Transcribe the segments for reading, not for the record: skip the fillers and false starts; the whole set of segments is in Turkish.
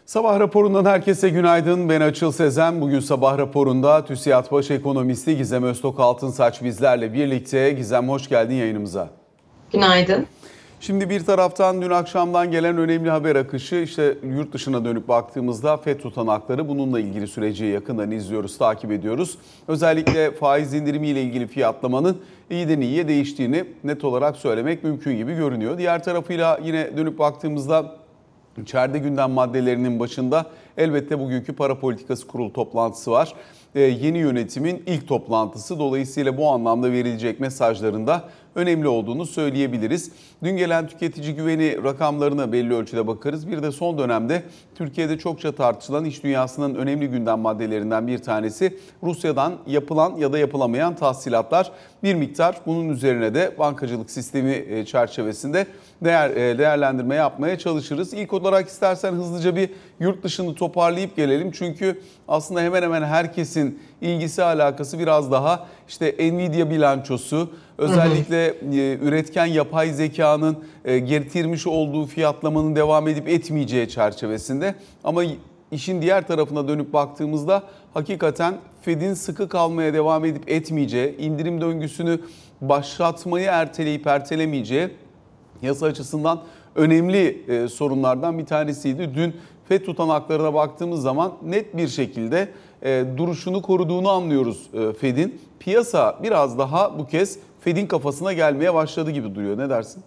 Sabah raporundan herkese günaydın. Ben Açıl Sezen. Bugün sabah raporunda TÜSİAD Baş Ekonomisti Gizem Öztok Altınsaç bizlerle birlikte. Gizem, hoş geldin yayınımıza. Günaydın. Şimdi bir taraftan dün akşamdan gelen önemli haber akışı, işte yurt dışına dönüp baktığımızda FED tutanakları, bununla ilgili süreci yakından izliyoruz, takip ediyoruz. Özellikle faiz indirimiyle ilgili fiyatlamanın iyiden iyiye değiştiğini net olarak söylemek mümkün gibi görünüyor. Diğer tarafıyla yine dönüp baktığımızda İçeride gündem maddelerinin başında elbette bugünkü para politikası kurulu toplantısı var. Yeni yönetimin ilk toplantısı, dolayısıyla bu anlamda verilecek mesajların da önemli olduğunu söyleyebiliriz. Dün gelen tüketici güveni rakamlarına belli ölçüde bakarız. Bir de son dönemde Türkiye'de çokça tartışılan iş dünyasının önemli gündem maddelerinden bir tanesi Rusya'dan yapılan ya da yapılamayan tahsilatlar. Bir miktar bunun üzerine de bankacılık sistemi çerçevesinde değerlendirme yapmaya çalışırız. İlk olarak istersen hızlıca bir yurt dışını toparlayıp gelelim. Çünkü aslında hemen hemen herkesin ilgisi alakası biraz daha işte Nvidia bilançosu, özellikle üretken yapay zekanın getirmiş olduğu fiyatlamanın devam edip etmeyeceği çerçevesinde. Ama işin diğer tarafına dönüp baktığımızda hakikaten Fed'in sıkı kalmaya devam edip etmeyeceği, indirim döngüsünü başlatmayı erteleyip ertelemeyeceği yasa açısından önemli sorunlardan bir tanesiydi. Dün FED tutanaklarına baktığımız zaman net bir şekilde duruşunu koruduğunu anlıyoruz Fed'in. Piyasa biraz daha bu kez Fed'in kafasına gelmeye başladı gibi duruyor. Ne dersin?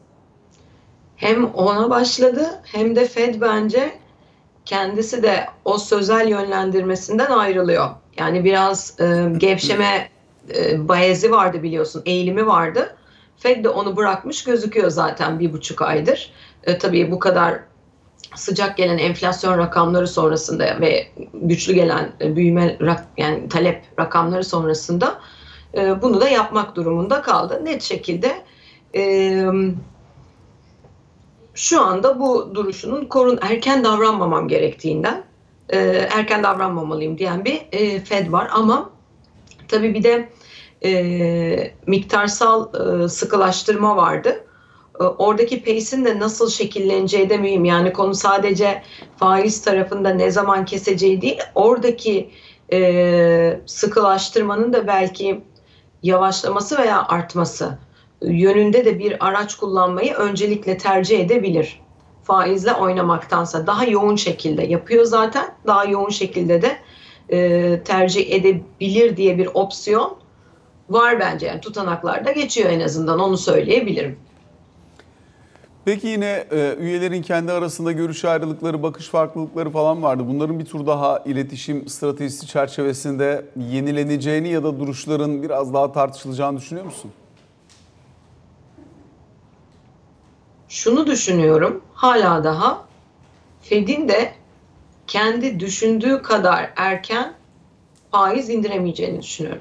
Hem ona başladı hem de Fed bence kendisi de o sözel yönlendirmesinden ayrılıyor. Yani biraz gevşeme bayezi vardı, biliyorsun, eğilimi vardı. Fed de onu bırakmış gözüküyor zaten 1,5 aydır. Tabii bu kadar sıcak gelen enflasyon rakamları sonrasında ve güçlü gelen büyüme yani talep rakamları sonrasında bunu da yapmak durumunda kaldı. Net şekilde şu anda bu duruşunun erken davranmamam gerektiğinden, erken davranmamalıyım diyen bir Fed var. Ama tabii bir de miktarsal sıkılaştırma vardı. Oradaki pace'in de nasıl şekilleneceği de mühim. Yani konu sadece faiz tarafında ne zaman keseceği değil, oradaki sıkılaştırmanın da belki yavaşlaması veya artması yönünde de bir araç kullanmayı öncelikle tercih edebilir. Faizle oynamaktansa daha yoğun şekilde yapıyor zaten. Daha yoğun şekilde de tercih edebilir diye bir opsiyon var bence. Yani tutanaklarda geçiyor, en azından onu söyleyebilirim. Peki yine üyelerin kendi arasında görüş ayrılıkları, bakış farklılıkları falan vardı. Bunların bir tur daha iletişim stratejisi çerçevesinde yenileneceğini ya da duruşların biraz daha tartışılacağını düşünüyor musun? Şunu düşünüyorum, hala daha Fed'in de kendi düşündüğü kadar erken faiz indiremeyeceğini düşünüyorum.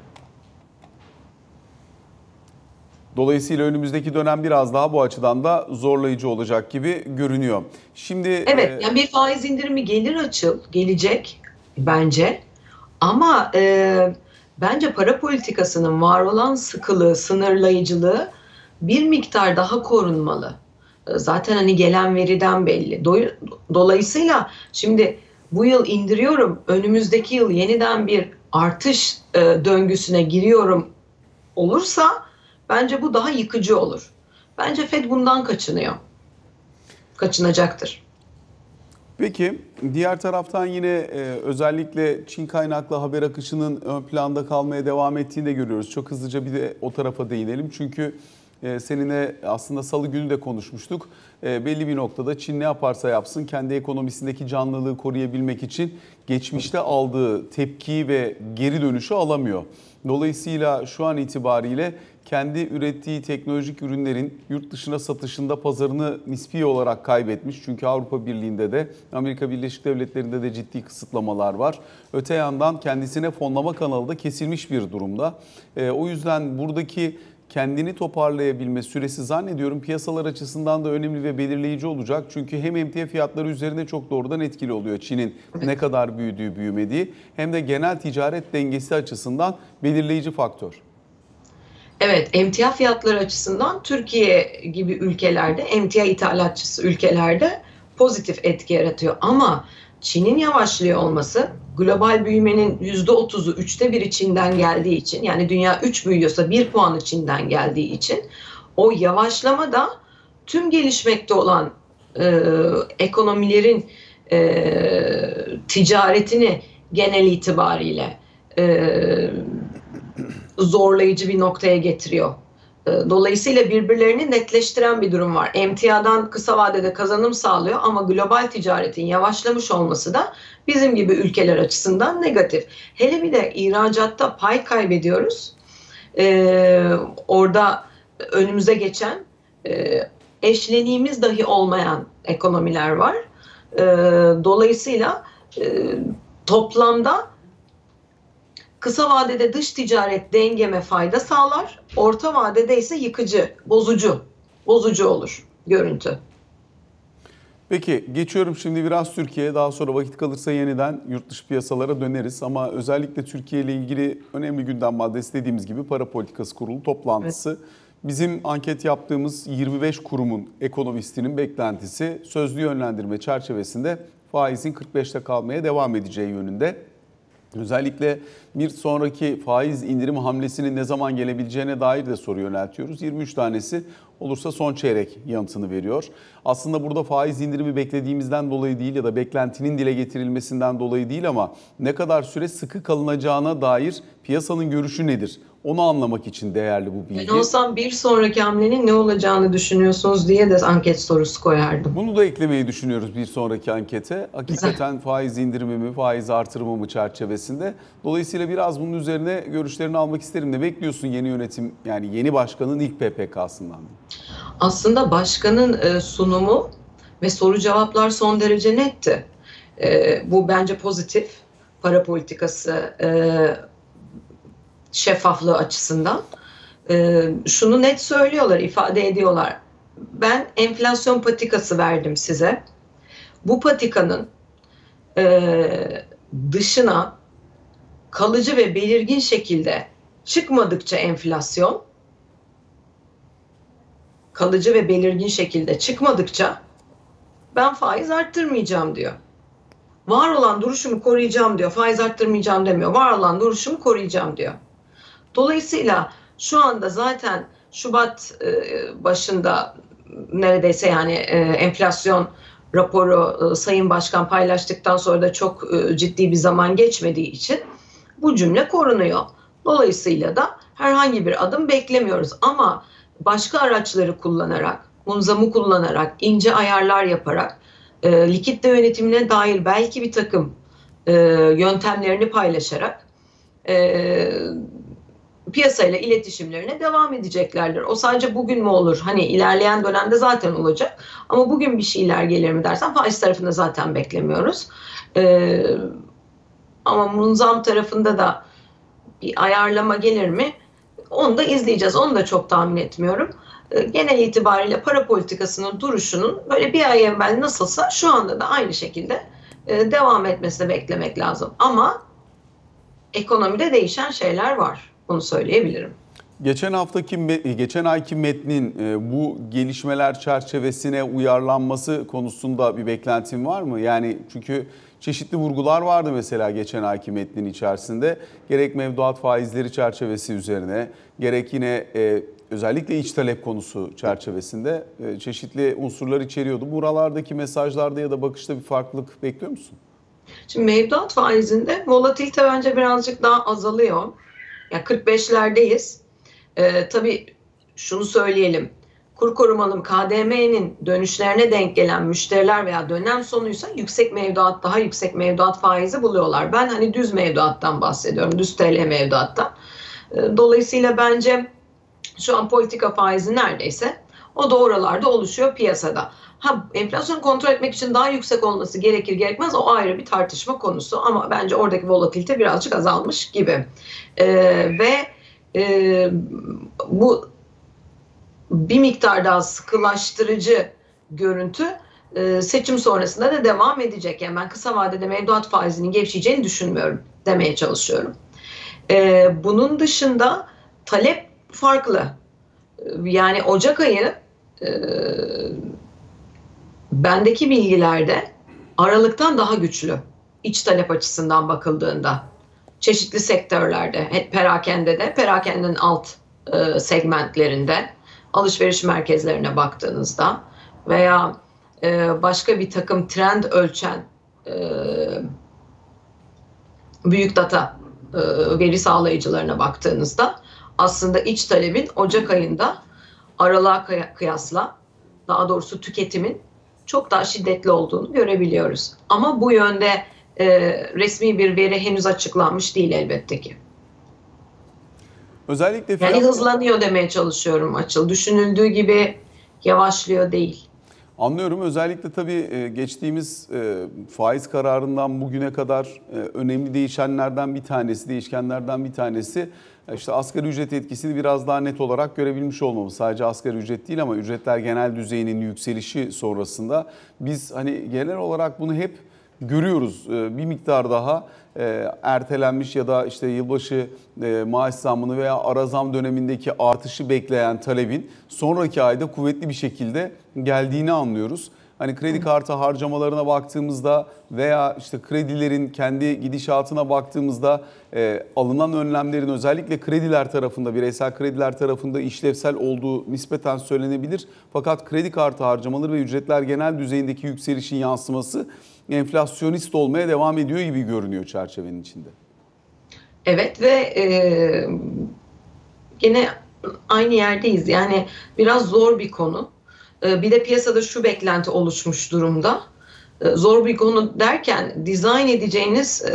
Dolayısıyla önümüzdeki dönem biraz daha bu açıdan da zorlayıcı olacak gibi görünüyor. Şimdi Evet, yani bir faiz indirimi gelecek bence. Ama bence para politikasının var olan sıkılığı, sınırlayıcılığı bir miktar daha korunmalı. Zaten hani gelen veriden belli. Dolayısıyla şimdi bu yıl indiriyorum, önümüzdeki yıl yeniden bir artış döngüsüne giriyorum olursa bence bu daha yıkıcı olur. Bence Fed bundan kaçınıyor. Kaçınacaktır. Peki diğer taraftan yine özellikle Çin kaynaklı haber akışının ön planda kalmaya devam ettiğini de görüyoruz. Çok hızlıca bir de o tarafa değinelim. Çünkü seninle aslında salı günü de konuşmuştuk. Belli bir noktada Çin ne yaparsa yapsın kendi ekonomisindeki canlılığı koruyabilmek için geçmişte aldığı tepkiyi ve geri dönüşü alamıyor. Dolayısıyla şu an itibariyle kendi ürettiği teknolojik ürünlerin yurt dışına satışında pazarını nispi olarak kaybetmiş. Çünkü Avrupa Birliği'nde de Amerika Birleşik Devletleri'nde de ciddi kısıtlamalar var. Öte yandan kendisine fonlama kanalı da kesilmiş bir durumda. O yüzden buradaki kendini toparlayabilme süresi zannediyorum piyasalar açısından da önemli ve belirleyici olacak. Çünkü hem emtia fiyatları üzerinde çok doğrudan etkili oluyor Çin'in ne kadar büyüdüğü, büyümediği, hem de genel ticaret dengesi açısından belirleyici faktör. Evet, emtia fiyatları açısından Türkiye gibi ülkelerde, emtia ithalatçısı ülkelerde pozitif etki yaratıyor. Ama Çin'in yavaşlıyor olması, global büyümenin %30'u 1/3 Çin'den geldiği için, yani dünya 3 büyüyorsa 1 puanı Çin'den geldiği için o yavaşlama da tüm gelişmekte olan ekonomilerin ticaretini genel itibariyle zorlayıcı bir noktaya getiriyor. Dolayısıyla birbirlerini netleştiren bir durum var. Emtiadan kısa vadede kazanım sağlıyor ama global ticaretin yavaşlamış olması da bizim gibi ülkeler açısından negatif. Hele bir de ihracatta pay kaybediyoruz. Orada önümüze geçen eşleniğimiz dahi olmayan ekonomiler var. Dolayısıyla toplamda kısa vadede dış ticaret dengeme fayda sağlar, orta vadede ise yıkıcı, bozucu olur görüntü. Peki geçiyorum şimdi biraz Türkiye'ye, daha sonra vakit kalırsa yeniden yurt dışı piyasalara döneriz. Ama özellikle Türkiye ile ilgili önemli gündem maddesi dediğimiz gibi para politikası kurulu toplantısı. Evet. Bizim anket yaptığımız 25 kurumun ekonomistinin beklentisi sözlü yönlendirme çerçevesinde faizin 45'te kalmaya devam edeceği yönünde. Özellikle bir sonraki faiz indirim hamlesinin ne zaman gelebileceğine dair de soru yöneltiyoruz. 23 tanesi olursa son çeyrek yanıtını veriyor. Aslında burada faiz indirimi beklediğimizden dolayı değil ya da beklentinin dile getirilmesinden dolayı değil ama ne kadar süre sıkı kalınacağına dair piyasanın görüşü nedir? Onu anlamak için değerli bu bilgi. Ben olsam bir sonraki hamlenin ne olacağını düşünüyorsunuz diye de anket sorusu koyardım. Bunu da eklemeyi düşünüyoruz bir sonraki ankete. Hakikaten faiz indirimi mi, faiz artırımı mı çerçevesinde. Dolayısıyla biraz bunun üzerine görüşlerini almak isterim. Ne bekliyorsun yeni yönetim, yani yeni başkanın ilk PPK'sından? Aslında başkanın sunumu ve soru cevaplar son derece netti. Bu bence pozitif. Para politikası şeffaflığı açısından. Şunu net söylüyorlar, ifade ediyorlar. Ben enflasyon patikası verdim size. Bu patikanın dışına kalıcı ve belirgin şekilde çıkmadıkça enflasyon, kalıcı ve belirgin şekilde çıkmadıkça ben faiz arttırmayacağım diyor. Var olan duruşumu koruyacağım diyor. Faiz arttırmayacağım demiyor. Var olan duruşumu koruyacağım diyor. Dolayısıyla şu anda zaten Şubat başında neredeyse yani enflasyon raporu Sayın Başkan paylaştıktan sonra da çok ciddi bir zaman geçmediği için bu cümle korunuyor. Dolayısıyla da herhangi bir adım beklemiyoruz ama başka araçları kullanarak, munzamı kullanarak, ince ayarlar yaparak, likitte yönetimine dair belki bir takım yöntemlerini paylaşarak piyasayla iletişimlerine devam edeceklerdir. O sadece bugün mü olur? Hani ilerleyen dönemde zaten olacak. Ama bugün bir şeyler gelir mi dersen faiz tarafında zaten beklemiyoruz. Ama munzam tarafında da bir ayarlama gelir mi? Onu da izleyeceğiz. Onu da çok tahmin etmiyorum. Genel itibariyle para politikasının duruşunun böyle bir ay evvel nasılsa şu anda da aynı şekilde devam etmesini beklemek lazım. Ama ekonomide değişen şeyler var. Bunu söyleyebilirim. Geçen ayki metnin bu gelişmeler çerçevesine uyarlanması konusunda bir beklentin var mı? Yani çünkü çeşitli vurgular vardı mesela geçen ayki metnin içerisinde. Gerek mevduat faizleri çerçevesi üzerine, gerek yine özellikle iç talep konusu çerçevesinde çeşitli unsurlar içeriyordu. Buralardaki mesajlarda ya da bakışta bir farklılık bekliyor musun? Şimdi mevduat faizinde volatilite bence birazcık daha azalıyor. Yani 45'lerdeyiz. Tabii şunu söyleyelim. Kur korumanın KDM'nin dönüşlerine denk gelen müşteriler veya dönem sonuysa yüksek mevduat, daha yüksek mevduat faizi buluyorlar. Ben hani düz mevduattan bahsediyorum. Düz TL mevduattan. Dolayısıyla bence şu an politika faizi neredeyse o da oralarda oluşuyor piyasada. Enflasyonu kontrol etmek için daha yüksek olması gerekir gerekmez o ayrı bir tartışma konusu ama bence oradaki volatilite birazcık azalmış gibi. Bu bir miktar daha sıkılaştırıcı görüntü seçim sonrasında da devam edecek. Yani ben kısa vadede mevduat faizinin gevşeyeceğini düşünmüyorum demeye çalışıyorum. Bunun dışında talep farklı. Yani Ocak ayı bendeki bilgilerde Aralık'tan daha güçlü iç talep açısından bakıldığında. Çeşitli sektörlerde, perakendede, perakendenin alt segmentlerinde, alışveriş merkezlerine baktığınızda veya başka bir takım trend ölçen e, büyük data veri sağlayıcılarına baktığınızda aslında iç talebin Ocak ayında aralığa kıyasla, daha doğrusu tüketimin çok daha şiddetli olduğunu görebiliyoruz. Ama bu yönde resmi bir veri henüz açıklanmış değil elbette ki. Özellikle Yani hızlanıyor demeye çalışıyorum Açıl. Düşünüldüğü gibi yavaşlıyor değil. Anlıyorum. Özellikle tabii geçtiğimiz faiz kararından bugüne kadar önemli değişkenlerden bir tanesi işte asgari ücret etkisini biraz daha net olarak görebilmiş olmamız. Sadece asgari ücret değil ama ücretler genel düzeyinin yükselişi sonrasında biz hani genel olarak bunu hep görüyoruz. Bir miktar daha ertelenmiş ya da işte yılbaşı maaş zammını veya ara zam dönemindeki artışı bekleyen talebin sonraki ayda kuvvetli bir şekilde geldiğini anlıyoruz. Hani kredi kartı harcamalarına baktığımızda veya işte kredilerin kendi gidişatına baktığımızda alınan önlemlerin özellikle krediler tarafında, bireysel krediler tarafında işlevsel olduğu nispeten söylenebilir. Fakat kredi kartı harcamaları ve ücretler genel düzeyindeki yükselişin yansıması enflasyonist olmaya devam ediyor gibi görünüyor çerçevenin içinde. Evet ve yine aynı yerdeyiz. Yani biraz zor bir konu. Bir de piyasada şu beklenti oluşmuş durumda. Zor bir konu derken dizayn edeceğiniz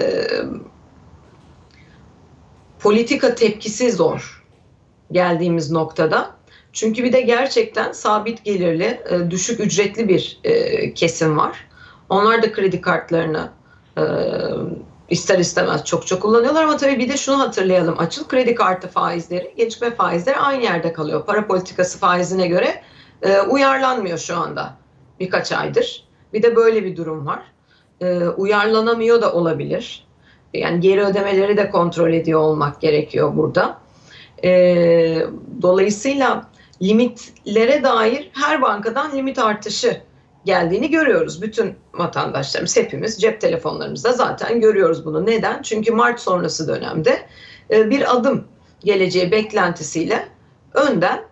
politika tepkisi zor geldiğimiz noktada. Çünkü bir de gerçekten sabit gelirli, düşük ücretli bir kesim var. Onlar da kredi kartlarını ister istemez çok kullanıyorlar ama tabii bir de şunu hatırlayalım Açıl. Kredi kartı faizleri, gecikme faizleri aynı yerde kalıyor. Para politikası faizine göre uyarlanmıyor şu anda birkaç aydır. Bir de böyle bir durum var. Uyarlanamıyor da olabilir. Yani geri ödemeleri de kontrol ediyor olmak gerekiyor burada. Dolayısıyla limitlere dair her bankadan limit artışı geldiğini görüyoruz. Bütün vatandaşlarımız, hepimiz cep telefonlarımızda zaten görüyoruz bunu. Neden? Çünkü Mart sonrası dönemde bir adım geleceği beklentisiyle önden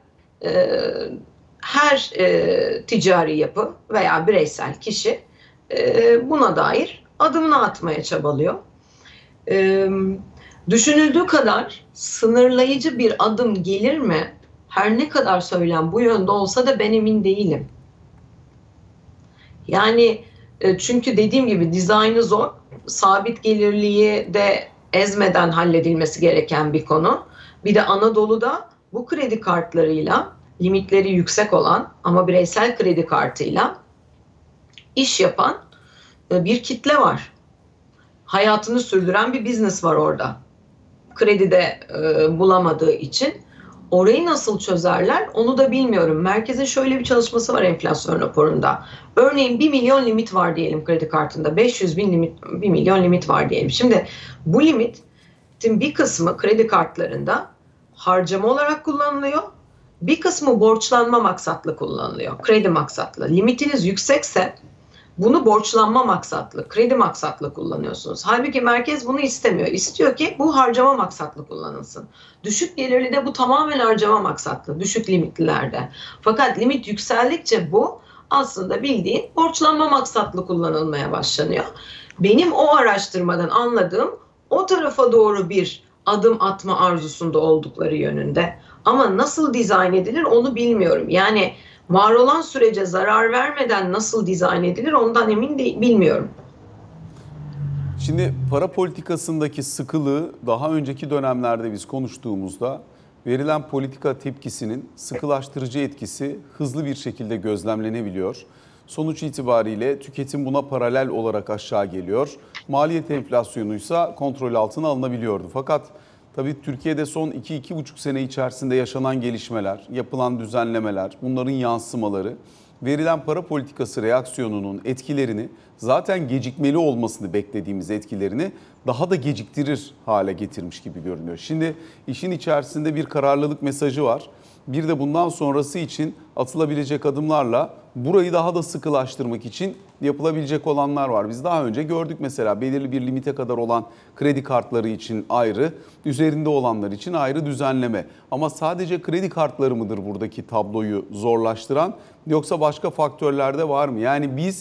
her ticari yapı veya bireysel kişi buna dair adımını atmaya çabalıyor. Düşünüldüğü kadar sınırlayıcı bir adım gelir mi? Her ne kadar söylem bu yönde olsa da ben emin değilim. Yani çünkü dediğim gibi dizaynı zor, sabit gelirliği de ezmeden halledilmesi gereken bir konu. Bir de Anadolu'da bu kredi kartlarıyla limitleri yüksek olan ama bireysel kredi kartıyla iş yapan bir kitle var. Hayatını sürdüren bir business var orada. Kredide bulamadığı için. Orayı nasıl çözerler onu da bilmiyorum. Merkezin şöyle bir çalışması var enflasyon raporunda. Örneğin 1 milyon limit var diyelim kredi kartında. 500 bin limit, 1 milyon limit var diyelim. Şimdi bu limitin bir kısmı kredi kartlarında harcama olarak kullanılıyor. Bir kısmı borçlanma maksatlı kullanılıyor. Kredi maksatlı. Limitiniz yüksekse bunu borçlanma maksatlı, kredi maksatlı kullanıyorsunuz. Halbuki merkez bunu istemiyor. İstiyor ki bu harcama maksatlı kullanılsın. Düşük gelirli de bu tamamen harcama maksatlı, düşük limitlilerde. Fakat limit yükseldikçe bu aslında bildiğin borçlanma maksatlı kullanılmaya başlanıyor. Benim o araştırmadan anladığım o tarafa doğru bir adım atma arzusunda oldukları yönünde. Ama nasıl dizayn edilir onu bilmiyorum. Yani var olan sürece zarar vermeden nasıl dizayn edilir ondan emin değil, bilmiyorum. Şimdi para politikasındaki sıkılığı daha önceki dönemlerde biz konuştuğumuzda verilen politika tepkisinin sıkılaştırıcı etkisi hızlı bir şekilde gözlemlenebiliyor. Sonuç itibariyle tüketim buna paralel olarak aşağı geliyor. Maliyet enflasyonuysa kontrol altına alınabiliyordu. Fakat tabii Türkiye'de son 2-2,5 sene içerisinde yaşanan gelişmeler, yapılan düzenlemeler, bunların yansımaları, verilen para politikası reaksiyonunun etkilerini zaten gecikmeli olmasını beklediğimiz etkilerini daha da geciktirir hale getirmiş gibi görünüyor. Şimdi işin içerisinde bir kararlılık mesajı var. bir de bundan sonrası için atılabilecek adımlarla burayı daha da sıkılaştırmak için yapılabilecek olanlar var. Biz daha önce gördük mesela belirli bir limite kadar olan kredi kartları için ayrı, üzerinde olanlar için ayrı düzenleme. Ama sadece kredi kartları mıdır buradaki tabloyu zorlaştıran, yoksa başka faktörler de var mı? Yani biz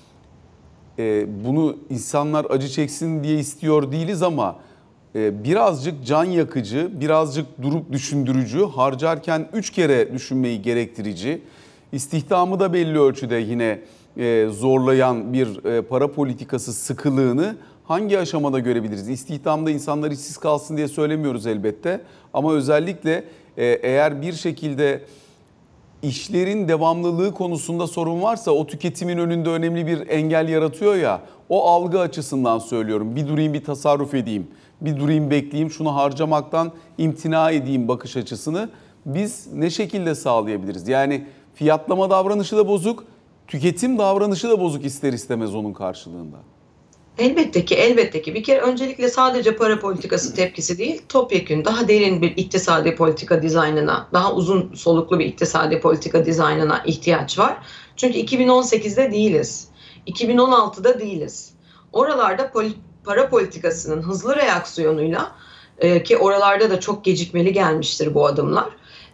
bunu insanlar acı çeksin diye istiyor değiliz ama birazcık can yakıcı, birazcık durup düşündürücü, harcarken 3 kere düşünmeyi gerektirici, istihdamı da belli ölçüde yine zorlayan bir para politikası sıkılığını hangi aşamada görebiliriz? İstihdamda insanlar işsiz kalsın diye söylemiyoruz elbette, ama özellikle eğer bir şekilde işlerin devamlılığı konusunda sorun varsa o tüketimin önünde önemli bir engel yaratıyor ya, o algı açısından söylüyorum. Bir durayım, bir tasarruf edeyim, bir durayım, bekleyeyim, şunu harcamaktan imtina edeyim bakış açısını biz ne şekilde sağlayabiliriz? Yani fiyatlama davranışı da bozuk, tüketim davranışı da bozuk ister istemez onun karşılığında. Elbette ki, elbette ki. Bir kere öncelikle sadece para politikası tepkisi değil, topyekün daha derin bir iktisadi politika dizaynına, daha uzun soluklu bir iktisadi politika dizaynına ihtiyaç var. Çünkü 2018'de değiliz, 2016'da değiliz. Oralarda para politikasının hızlı reaksiyonuyla, ki oralarda da çok gecikmeli gelmiştir bu adımlar,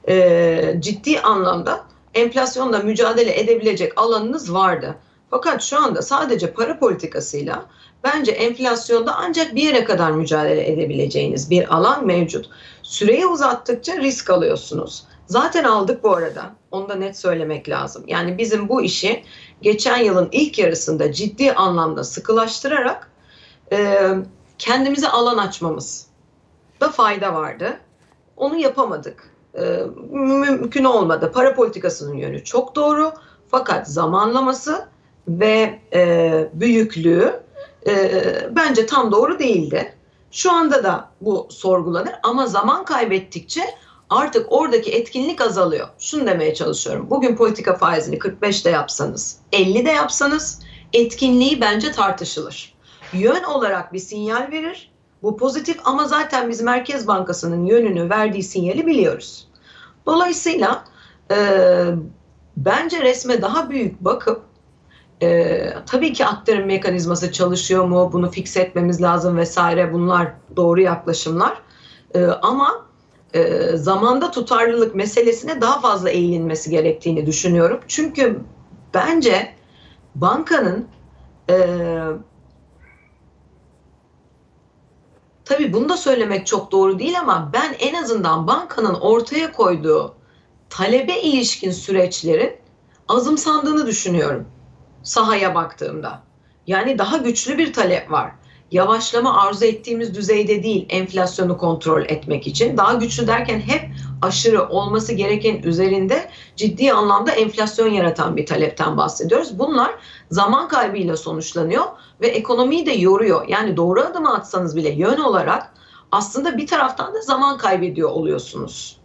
ciddi anlamda enflasyonla mücadele edebilecek alanınız vardı. Fakat şu anda sadece para politikasıyla bence enflasyonda ancak bir yere kadar mücadele edebileceğiniz bir alan mevcut. Süreyi uzattıkça risk alıyorsunuz. Zaten aldık bu arada. Onu da net söylemek lazım. Yani bizim bu işi geçen yılın ilk yarısında ciddi anlamda sıkılaştırarak kendimize alan açmamız da fayda vardı. Onu yapamadık. Mümkün olmadı. Para politikasının yönü çok doğru. Fakat zamanlaması ve büyüklüğü bence tam doğru değildi. Şu anda da bu sorgulanır ama zaman kaybettikçe artık oradaki etkinlik azalıyor. Şunu demeye çalışıyorum. Bugün politika faizini 45'te yapsanız, 50'de yapsanız etkinliği bence tartışılır. Yön olarak bir sinyal verir. Bu pozitif ama zaten biz Merkez Bankası'nın yönünü verdiği sinyali biliyoruz. Dolayısıyla bence resme daha büyük bakıp tabii ki aktarım mekanizması çalışıyor mu, bunu fikse etmemiz lazım vesaire, bunlar doğru yaklaşımlar. Ama zamanda tutarlılık meselesine daha fazla eğilinmesi gerektiğini düşünüyorum. Çünkü bence bankanın tabii bunu da söylemek çok doğru değil ama ben en azından bankanın ortaya koyduğu talebe ilişkin süreçlerin azımsandığını düşünüyorum sahaya baktığımda. Yani daha güçlü bir talep var. Yavaşlama arzu ettiğimiz düzeyde değil enflasyonu kontrol etmek için. Daha güçlü derken hep aşırı olması gereken üzerinde ciddi anlamda enflasyon yaratan bir talepten bahsediyoruz. Bunlar zaman kaybıyla sonuçlanıyor ve ekonomiyi de yoruyor. Yani doğru adımı atsanız bile yön olarak aslında bir taraftan da zaman kaybediyor oluyorsunuz.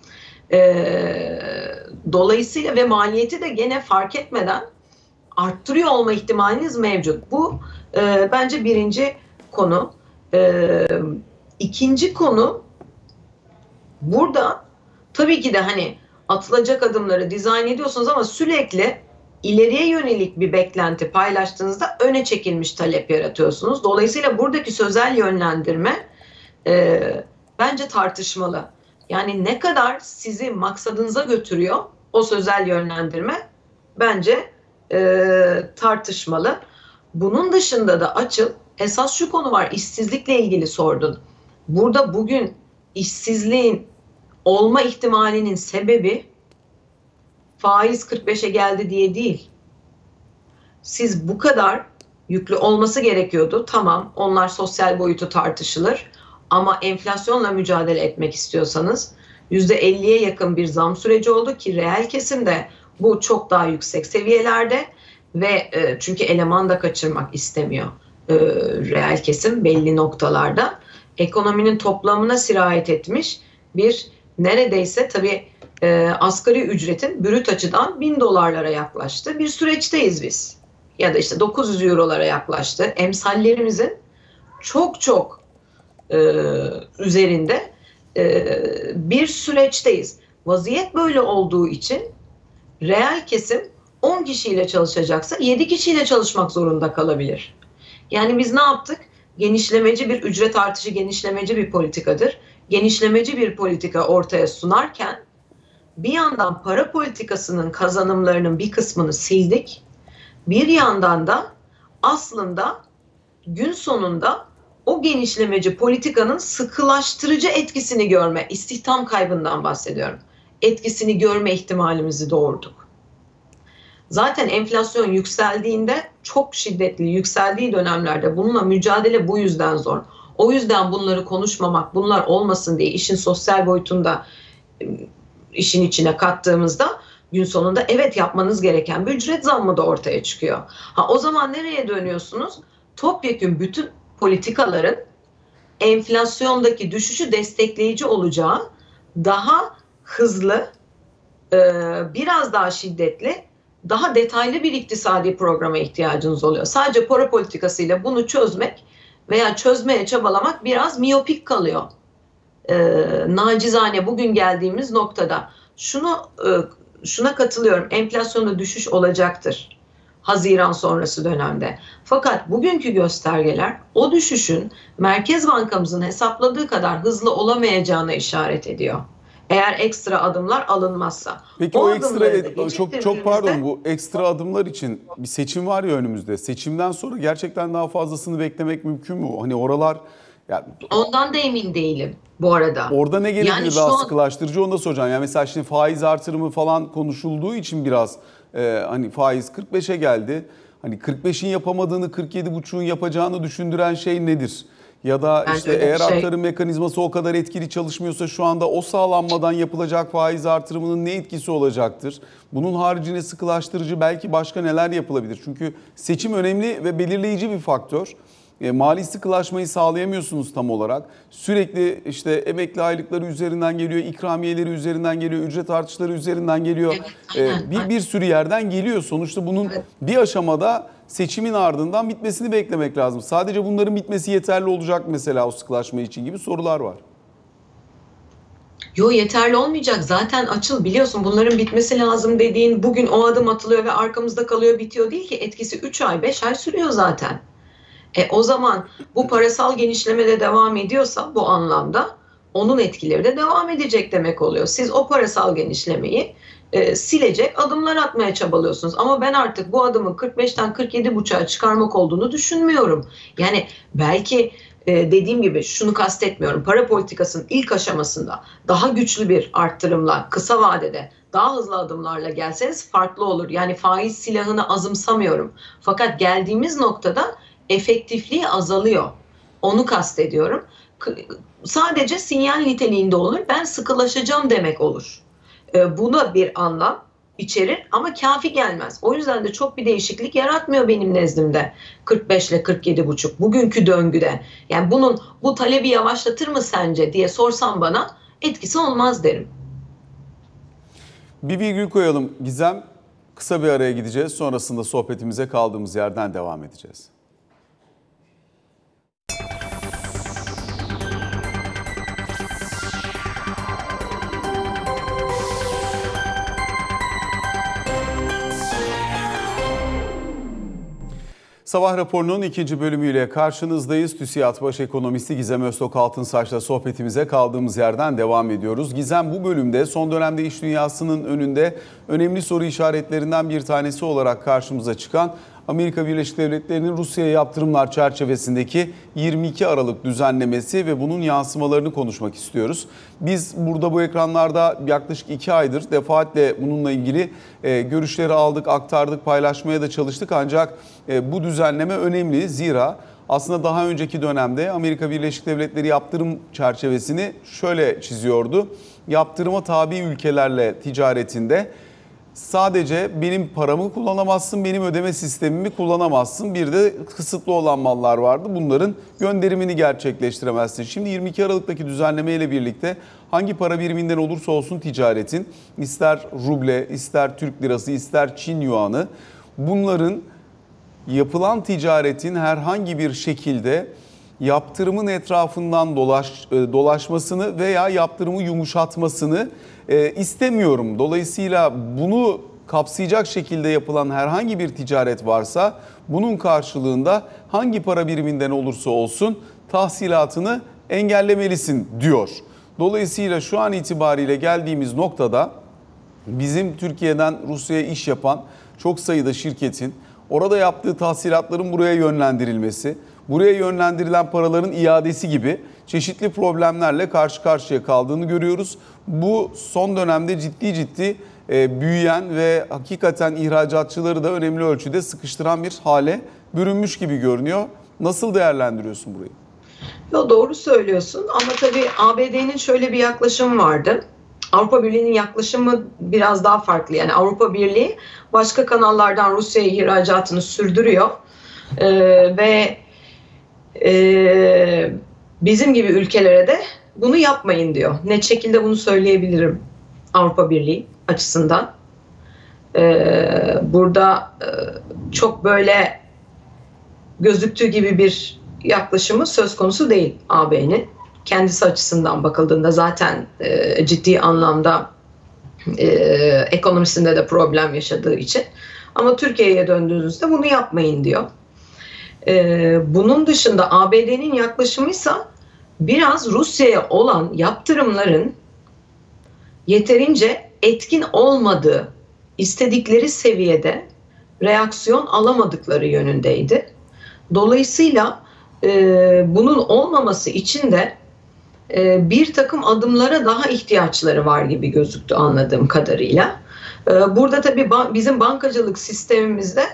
Dolayısıyla ve maliyeti de gene fark etmeden arttırıyor olma ihtimaliniz mevcut. Bu bence birinci konu. İkinci konu, burada tabii ki de hani atılacak adımları dizayn ediyorsunuz ama sürekli ileriye yönelik bir beklenti paylaştığınızda öne çekilmiş talep yaratıyorsunuz. Dolayısıyla buradaki sözel yönlendirme bence tartışmalı. Yani ne kadar sizi maksadınıza götürüyor o sözel yönlendirme bence tartışmalı. Bunun dışında da Açıl, esas şu konu var, işsizlikle ilgili sordun. Burada bugün işsizliğin olma ihtimalinin sebebi faiz 45'e geldi diye değil. Siz bu kadar yüklü olması gerekiyordu. Tamam, onlar sosyal boyutu tartışılır. Ama enflasyonla mücadele etmek istiyorsanız %50'ye yakın bir zam süreci oldu ki reel kesimde bu çok daha yüksek seviyelerde ve çünkü eleman da kaçırmak istemiyor reel kesim belli noktalarda. Ekonominin toplamına sirayet etmiş bir neredeyse tabii asgari ücretin brüt açıdan 1000 dolarlara yaklaştı bir süreçteyiz biz. Ya da işte 900 eurolara yaklaştı. Emsallerimizin çok çok üzerinde bir süreçteyiz. vaziyet böyle olduğu için reel kesim 10 kişiyle çalışacaksa 7 kişiyle çalışmak zorunda kalabilir. Yani biz ne yaptık? Genişlemeci bir ücret artışı, genişlemeci bir politikadır. Genişlemeci bir politika ortaya sunarken bir yandan para politikasının kazanımlarının bir kısmını sildik. Bir yandan da aslında gün sonunda o genişlemeci politikanın sıkılaştırıcı etkisini görme, istihdam kaybından bahsediyorum. Etkisini görme ihtimalimizi doğurduk. Zaten enflasyon yükseldiğinde, çok şiddetli yükseldiği dönemlerde bununla mücadele bu yüzden zor. O yüzden bunları konuşmamak, bunlar olmasın diye işin sosyal boyutunda işin içine kattığımızda gün sonunda evet yapmanız gereken bir ücret zammı da ortaya çıkıyor. O zaman nereye dönüyorsunuz? Topyekün bütün politikaların enflasyondaki düşüşü destekleyici olacağı, daha hızlı, biraz daha şiddetli, daha detaylı bir iktisadi programa ihtiyacınız oluyor. Sadece para politikasıyla bunu çözmek veya çözmeye çabalamak biraz miyopik kalıyor. Nacizane bugün geldiğimiz noktada şuna katılıyorum. Enflasyonda düşüş olacaktır Haziran sonrası dönemde. Fakat bugünkü göstergeler o düşüşün Merkez Bankamızın hesapladığı kadar hızlı olamayacağına işaret ediyor. Eğer ekstra adımlar alınmazsa. Peki o ekstra, çok geciktirdiğimizde pardon, bu ekstra adımlar için bir seçim var ya önümüzde. Seçimden sonra gerçekten daha fazlasını beklemek mümkün mü? Hani oralar yani ondan da emin değilim bu arada. orada ne gelebilir Yani daha şu an sıkılaştırıcı, onu da soracağım. Yani mesela şimdi faiz artırımı falan konuşulduğu için biraz hani faiz 45'e geldi. Hani 45'in yapamadığını 47,5'un yapacağını düşündüren şey nedir? Ya da bence işte öyle bir eğer şey. aktarım mekanizması o kadar etkili çalışmıyorsa şu anda o sağlanmadan yapılacak faiz artırımının ne etkisi olacaktır? Bunun haricinde sıkılaştırıcı belki başka neler yapılabilir? Çünkü seçim önemli ve belirleyici bir faktör. Mali sıkılaşmayı sağlayamıyorsunuz tam olarak. Sürekli işte emekli aylıkları üzerinden geliyor, ikramiyeleri üzerinden geliyor, ücret artışları üzerinden geliyor. Evet, aynen. Bir sürü yerden geliyor. Sonuçta bunun Evet. bir aşamada seçimin ardından bitmesini beklemek lazım. Sadece bunların bitmesi yeterli olacak mesela o sıkılaşma için gibi sorular var. Yo, yeterli olmayacak. Zaten açıl, biliyorsun bunların bitmesi lazım dediğin bugün o adım atılıyor ve arkamızda kalıyor, bitiyor değil ki. Etkisi 3 ay 5 ay sürüyor zaten. O zaman bu parasal genişleme de devam ediyorsa bu anlamda onun etkileri de devam edecek demek oluyor. Siz o parasal genişlemeyi silecek adımlar atmaya çabalıyorsunuz. Ama ben artık bu adımın 45'ten 47,5'a çıkarmak olduğunu düşünmüyorum. Yani belki dediğim gibi şunu kastetmiyorum. Para politikasının ilk aşamasında daha güçlü bir arttırımla kısa vadede daha hızlı adımlarla gelseniz farklı olur. Yani faiz silahını azımsamıyorum. Fakat geldiğimiz noktada efektifliği azalıyor. Onu kastediyorum. Sadece sinyal niteliğinde olur. Ben sıkılaşacağım demek olur. Bu da bir anlam içerir ama kafi gelmez. O yüzden de çok bir değişiklik yaratmıyor benim nezdimde 45 ile 47,5 bugünkü döngüde. Yani bu talebi yavaşlatır mı sence diye sorsan bana etkisi olmaz derim. Bir virgül koyalım Gizem. Kısa bir araya gideceğiz. Sonrasında sohbetimize kaldığımız yerden devam edeceğiz. Sabah raporunun ikinci bölümüyle karşınızdayız. TÜSİAD Baş Ekonomisti Gizem Öztok Altınsaç'la sohbetimize kaldığımız yerden devam ediyoruz. Gizem, bu bölümde son dönemde iş dünyasının önünde önemli soru işaretlerinden bir tanesi olarak karşımıza çıkan Amerika Birleşik Devletleri'nin Rusya'ya yaptırımlar çerçevesindeki 22 Aralık düzenlemesi ve bunun yansımalarını konuşmak istiyoruz. Biz burada bu ekranlarda yaklaşık 2 aydır defaatle bununla ilgili görüşleri aldık, aktardık, paylaşmaya da çalıştık. Ancak bu düzenleme önemli. Zira aslında daha önceki dönemde Amerika Birleşik Devletleri yaptırım çerçevesini şöyle çiziyordu. Yaptırıma tabi ülkelerle ticaretinde sadece benim paramı kullanamazsın, benim ödeme sistemimi kullanamazsın. Bir de kısıtlı olan mallar vardı. Bunların gönderimini gerçekleştiremezsin. Şimdi 22 Aralık'taki düzenleme ile birlikte hangi para biriminden olursa olsun ticaretin, ister ruble, ister Türk lirası, ister Çin yuanı, bunların yapılan ticaretin herhangi bir şekilde yaptırımın etrafından dolaşmasını veya yaptırımı yumuşatmasını istemiyorum. Dolayısıyla bunu kapsayacak şekilde yapılan herhangi bir ticaret varsa bunun karşılığında hangi para biriminden olursa olsun tahsilatını engellemelisin diyor. Dolayısıyla şu an itibariyle geldiğimiz noktada bizim Türkiye'den Rusya'ya iş yapan çok sayıda şirketin orada yaptığı tahsilatların buraya yönlendirilmesi, buraya yönlendirilen paraların iadesi gibi çeşitli problemlerle karşı karşıya kaldığını görüyoruz. Bu son dönemde ciddi büyüyen ve hakikaten ihracatçıları da önemli ölçüde sıkıştıran bir hale bürünmüş gibi görünüyor. Nasıl değerlendiriyorsun burayı? Yo, doğru söylüyorsun ama tabii ABD'nin şöyle bir yaklaşımı vardı. Avrupa Birliği'nin yaklaşımı biraz daha farklı. Yani Avrupa Birliği başka kanallardan Rusya'ya ihracatını sürdürüyor. Ve bizim gibi ülkelere de bunu yapmayın diyor. Net şekilde bunu söyleyebilirim Avrupa Birliği açısından. Burada çok böyle gözüktüğü gibi bir yaklaşımı söz konusu değil AB'nin. Kendisi açısından bakıldığında zaten ciddi anlamda ekonomisinde de problem yaşadığı için. Ama Türkiye'ye döndüğünüzde bunu yapmayın diyor. Bunun dışında ABD'nin yaklaşımıysa biraz Rusya'ya olan yaptırımların yeterince etkin olmadığı, istedikleri seviyede reaksiyon alamadıkları yönündeydi. Dolayısıyla bunun olmaması için de bir takım adımlara daha ihtiyaçları var gibi gözüktü anladığım kadarıyla. Burada tabii bizim bankacılık sistemimizde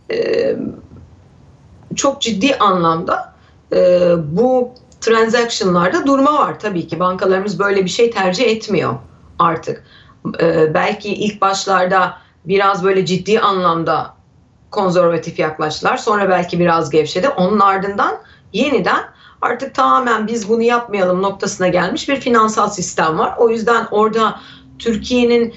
çok ciddi anlamda bu transaction'larda durma var. Tabii ki bankalarımız böyle bir şey tercih etmiyor artık. Belki ilk başlarda biraz böyle ciddi anlamda konservatif yaklaştılar. Sonra belki biraz gevşedi. Onun ardından yeniden artık tamamen biz bunu yapmayalım noktasına gelmiş bir finansal sistem var. O yüzden orada Türkiye'nin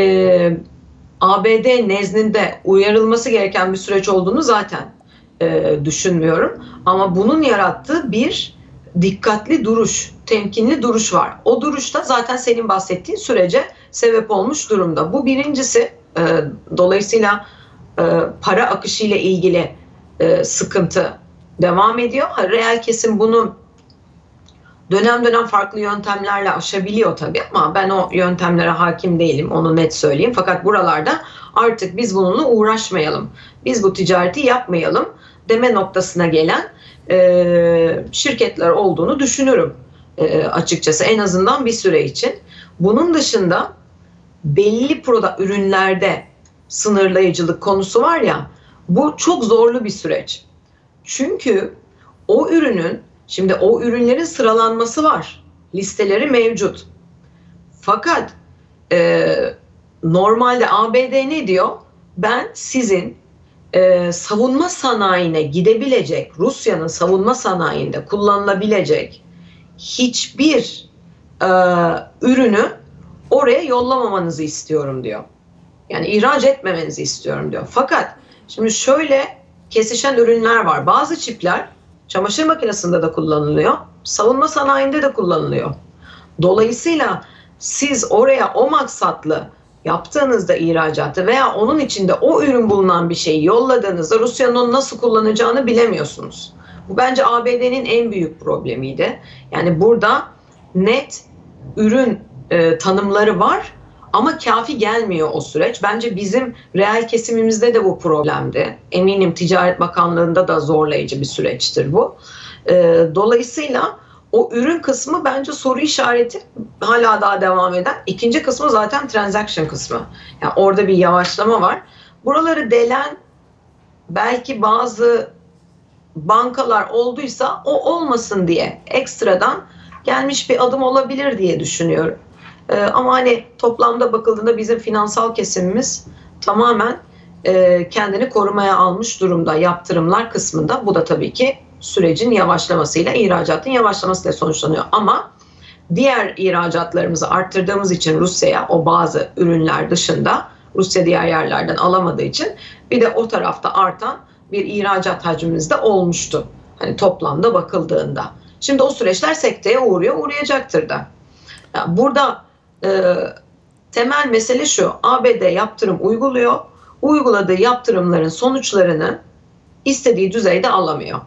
ABD nezdinde uyarılması gereken bir süreç olduğunu zaten düşünmüyorum. Ama bunun yarattığı bir dikkatli duruş, temkinli duruş var. O duruşta zaten senin bahsettiğin sürece sebep olmuş durumda. Bu birincisi. Dolayısıyla para akışı ile ilgili sıkıntı devam ediyor. Reel kesim bunu dönem dönem farklı yöntemlerle aşabiliyor tabii ama ben o yöntemlere hakim değilim, onu net söyleyeyim. Fakat buralarda artık biz bununla uğraşmayalım, biz bu ticareti yapmayalım deme noktasına gelen şirketler olduğunu düşünürüm açıkçası en azından bir süre için. Bunun dışında belli ürünlerde sınırlayıcılık konusu var ya, bu çok zorlu bir süreç. Çünkü o ürünlerin sıralanması var. Listeleri mevcut. Fakat normalde ABD ne diyor? Ben sizin savunma sanayine gidebilecek, Rusya'nın savunma sanayinde kullanılabilecek hiçbir ürünü oraya yollamamanızı istiyorum diyor. Yani ihraç etmemenizi istiyorum diyor. Fakat şimdi şöyle kesişen ürünler var. Bazı çipler çamaşır makinesinde de kullanılıyor, savunma sanayinde de kullanılıyor. Dolayısıyla siz oraya o maksatlı yaptığınızda ihracatı veya onun içinde o ürün bulunan bir şeyi yolladığınızda Rusya'nın onu nasıl kullanacağını bilemiyorsunuz. Bu bence ABD'nin en büyük problemiydi. Yani burada net ürün tanımları var ama kafi gelmiyor o süreç. Bence bizim reel kesimimizde de bu problemdi. Eminim Ticaret Bakanlığı'nda da zorlayıcı bir süreçtir bu. Dolayısıyla o ürün kısmı bence soru işareti, hala daha devam eden. İkinci kısmı zaten transaction kısmı. Yani orada bir yavaşlama var. Buraları delen belki bazı bankalar olduysa o olmasın diye ekstradan gelmiş bir adım olabilir diye düşünüyorum. Ama hani toplamda bakıldığında bizim finansal kesimimiz tamamen kendini korumaya almış durumda yaptırımlar kısmında. Bu da tabii ki sürecin yavaşlamasıyla, ihracatın yavaşlamasıyla sonuçlanıyor. Ama diğer ihracatlarımızı arttırdığımız için Rusya'ya, o bazı ürünler dışında Rusya diğer yerlerden alamadığı için bir de o tarafta artan bir ihracat hacmimiz de olmuştu Hani toplamda bakıldığında. Şimdi o süreçler sekteye uğrayacaktır da. Yani burada temel mesele şu: ABD yaptırım uyguluyor. Uyguladığı yaptırımların sonuçlarını istediği düzeyde alamıyor.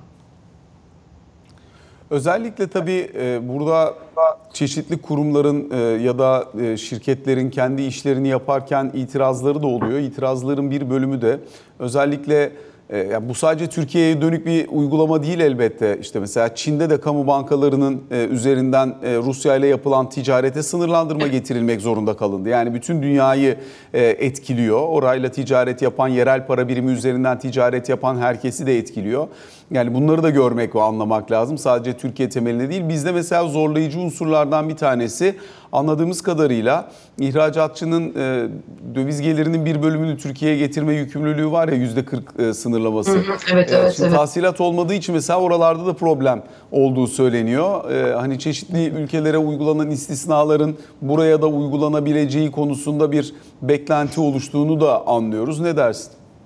Özellikle tabii burada çeşitli kurumların ya da şirketlerin kendi işlerini yaparken itirazları da oluyor. İtirazların bir bölümü de özellikle ya bu sadece Türkiye'ye dönük bir uygulama değil elbette. İşte mesela Çin'de de kamu bankalarının üzerinden Rusya ile yapılan ticarete sınırlandırma getirilmek zorunda kalındı. Yani bütün dünyayı etkiliyor. Orayla ticaret yapan, yerel para birimi üzerinden ticaret yapan herkesi de etkiliyor. Yani bunları da görmek ve anlamak lazım. Sadece Türkiye temelinde değil. Bizde mesela zorlayıcı unsurlardan bir tanesi, anladığımız kadarıyla ihracatçının döviz gelirinin bir bölümünü Türkiye'ye getirme yükümlülüğü var ya, %40 sınırlaması. Evet. Şimdi tahsilat olmadığı için mesela oralarda da problem olduğu söyleniyor. Hani çeşitli ülkelere uygulanan istisnaların buraya da uygulanabileceği konusunda bir beklenti oluştuğunu da anlıyoruz. Ne dersin?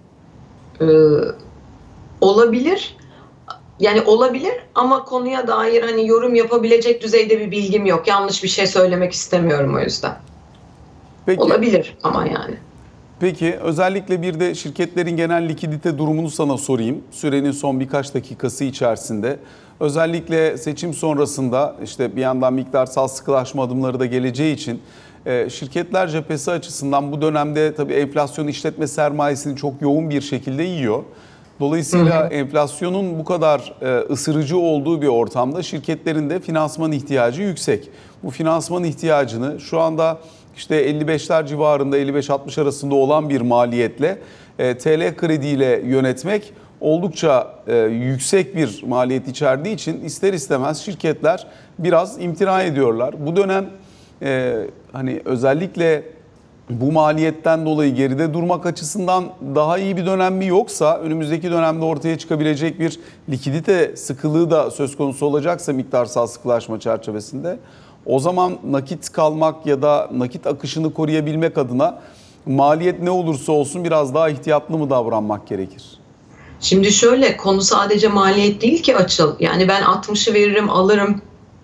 Olabilir. Yani olabilir ama konuya dair hani yorum yapabilecek düzeyde bir bilgim yok. Yanlış bir şey söylemek istemiyorum o yüzden. Peki. Olabilir ama yani. Peki, özellikle bir de şirketlerin genel likidite durumunu sana sorayım. Sürenin son birkaç dakikası içerisinde. Özellikle seçim sonrasında işte bir yandan miktarsal sıkılaşma adımları da geleceği için şirketler cephesi açısından bu dönemde tabii enflasyon işletme sermayesini çok yoğun bir şekilde yiyor. Dolayısıyla enflasyonun bu kadar ısırıcı olduğu bir ortamda şirketlerin de finansman ihtiyacı yüksek. Bu finansman ihtiyacını şu anda işte 55'ler civarında, 55-60 arasında olan bir maliyetle TL krediyle yönetmek oldukça yüksek bir maliyet içerdiği için ister istemez şirketler biraz imtina ediyorlar. Bu dönem hani özellikle bu maliyetten dolayı geride durmak açısından daha iyi bir dönem mi, yoksa önümüzdeki dönemde ortaya çıkabilecek bir likidite sıkılığı da söz konusu olacaksa miktarsal sıkılaşma çerçevesinde, o zaman nakit kalmak ya da nakit akışını koruyabilmek adına maliyet ne olursa olsun biraz daha ihtiyatlı mı davranmak gerekir? Şimdi şöyle, konu sadece maliyet değil ki Açıl. Yani ben 60'ı veririm alırım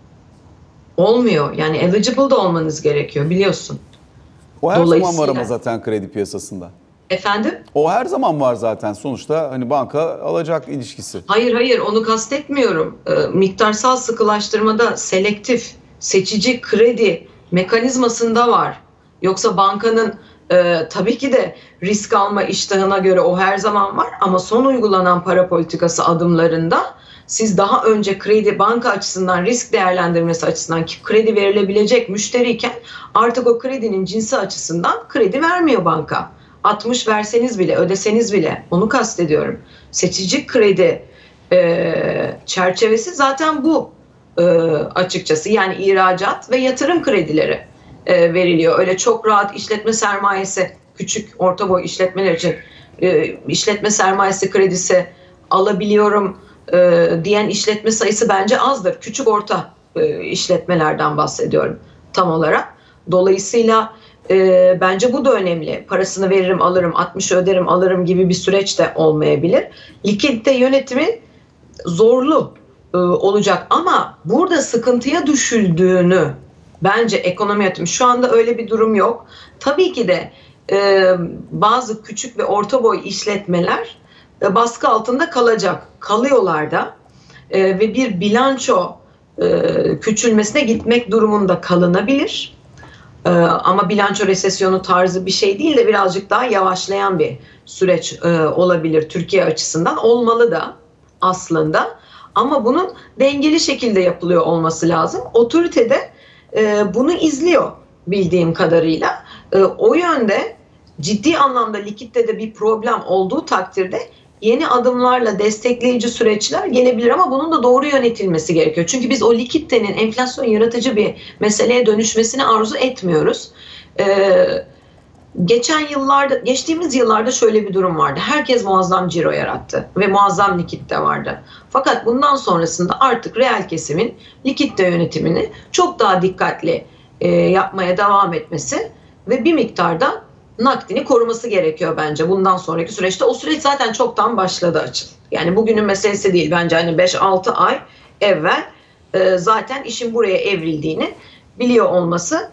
olmuyor. Yani eligible da olmanız gerekiyor, biliyorsun. O her zaman var ama zaten kredi piyasasında. Efendim? O her zaman var zaten, sonuçta hani banka alacak ilişkisi. Hayır, onu kastetmiyorum. Miktarsal sıkılaştırmada selektif, seçici kredi mekanizmasında var. Yoksa bankanın tabii ki de risk alma iştahına göre o her zaman var, ama son uygulanan para politikası adımlarında siz daha önce kredi, banka açısından risk değerlendirmesi açısından ki kredi verilebilecek müşteriyken artık o kredinin cinsi açısından kredi vermiyor banka. 60 verseniz bile, ödeseniz bile, onu kastediyorum. Seçici kredi çerçevesi zaten bu açıkçası. Yani ihracat ve yatırım kredileri veriliyor. Öyle çok rahat işletme sermayesi, küçük orta boy işletmeler için işletme sermayesi kredisi alabiliyorum diyen işletme sayısı bence azdır. Küçük orta işletmelerden bahsediyorum tam olarak. Dolayısıyla bence bu da önemli. Parasını veririm alırım, 60 öderim alırım gibi bir süreç de olmayabilir. Likidite yönetimi zorlu olacak, ama burada sıkıntıya düşüldüğünü bence ekonomi yönetimi, şu anda öyle bir durum yok. Tabii ki de bazı küçük ve orta boy işletmeler baskı altında kalıyorlar da ve bir bilanço küçülmesine gitmek durumunda kalınabilir. Ama bilanço resesyonu tarzı bir şey değil de birazcık daha yavaşlayan bir süreç olabilir Türkiye açısından. Olmalı da aslında, ama bunun dengeli şekilde yapılıyor olması lazım. Otorite de bunu izliyor bildiğim kadarıyla. O yönde ciddi anlamda likiditede bir problem olduğu takdirde yeni adımlarla destekleyici süreçler gelebilir, ama bunun da doğru yönetilmesi gerekiyor. Çünkü biz o likiditenin enflasyon yaratıcı bir meseleye dönüşmesini arzu etmiyoruz. Geçtiğimiz yıllarda şöyle bir durum vardı. Herkes muazzam ciro yarattı ve muazzam likidite vardı. Fakat bundan sonrasında artık reel kesimin likidite yönetimini çok daha dikkatli yapmaya devam etmesi ve bir miktarda nakdini koruması gerekiyor bence bundan sonraki süreçte. O süreç zaten çoktan başladı Açıl. Yani bugünün meselesi değil bence, hani 5-6 ay evvel zaten işin buraya evrildiğini biliyor olması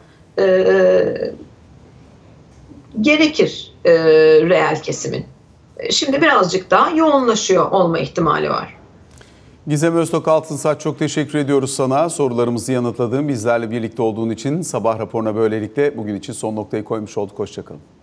gerekir reel kesimin. Şimdi birazcık daha yoğunlaşıyor olma ihtimali var. Gizem Öztok Altınsaç, çok teşekkür ediyoruz sana. Sorularımızı yanıtladığın, bizlerle birlikte olduğun için. Sabah raporuna böylelikle bugün için son noktayı koymuş olduk. Hoşça kalın.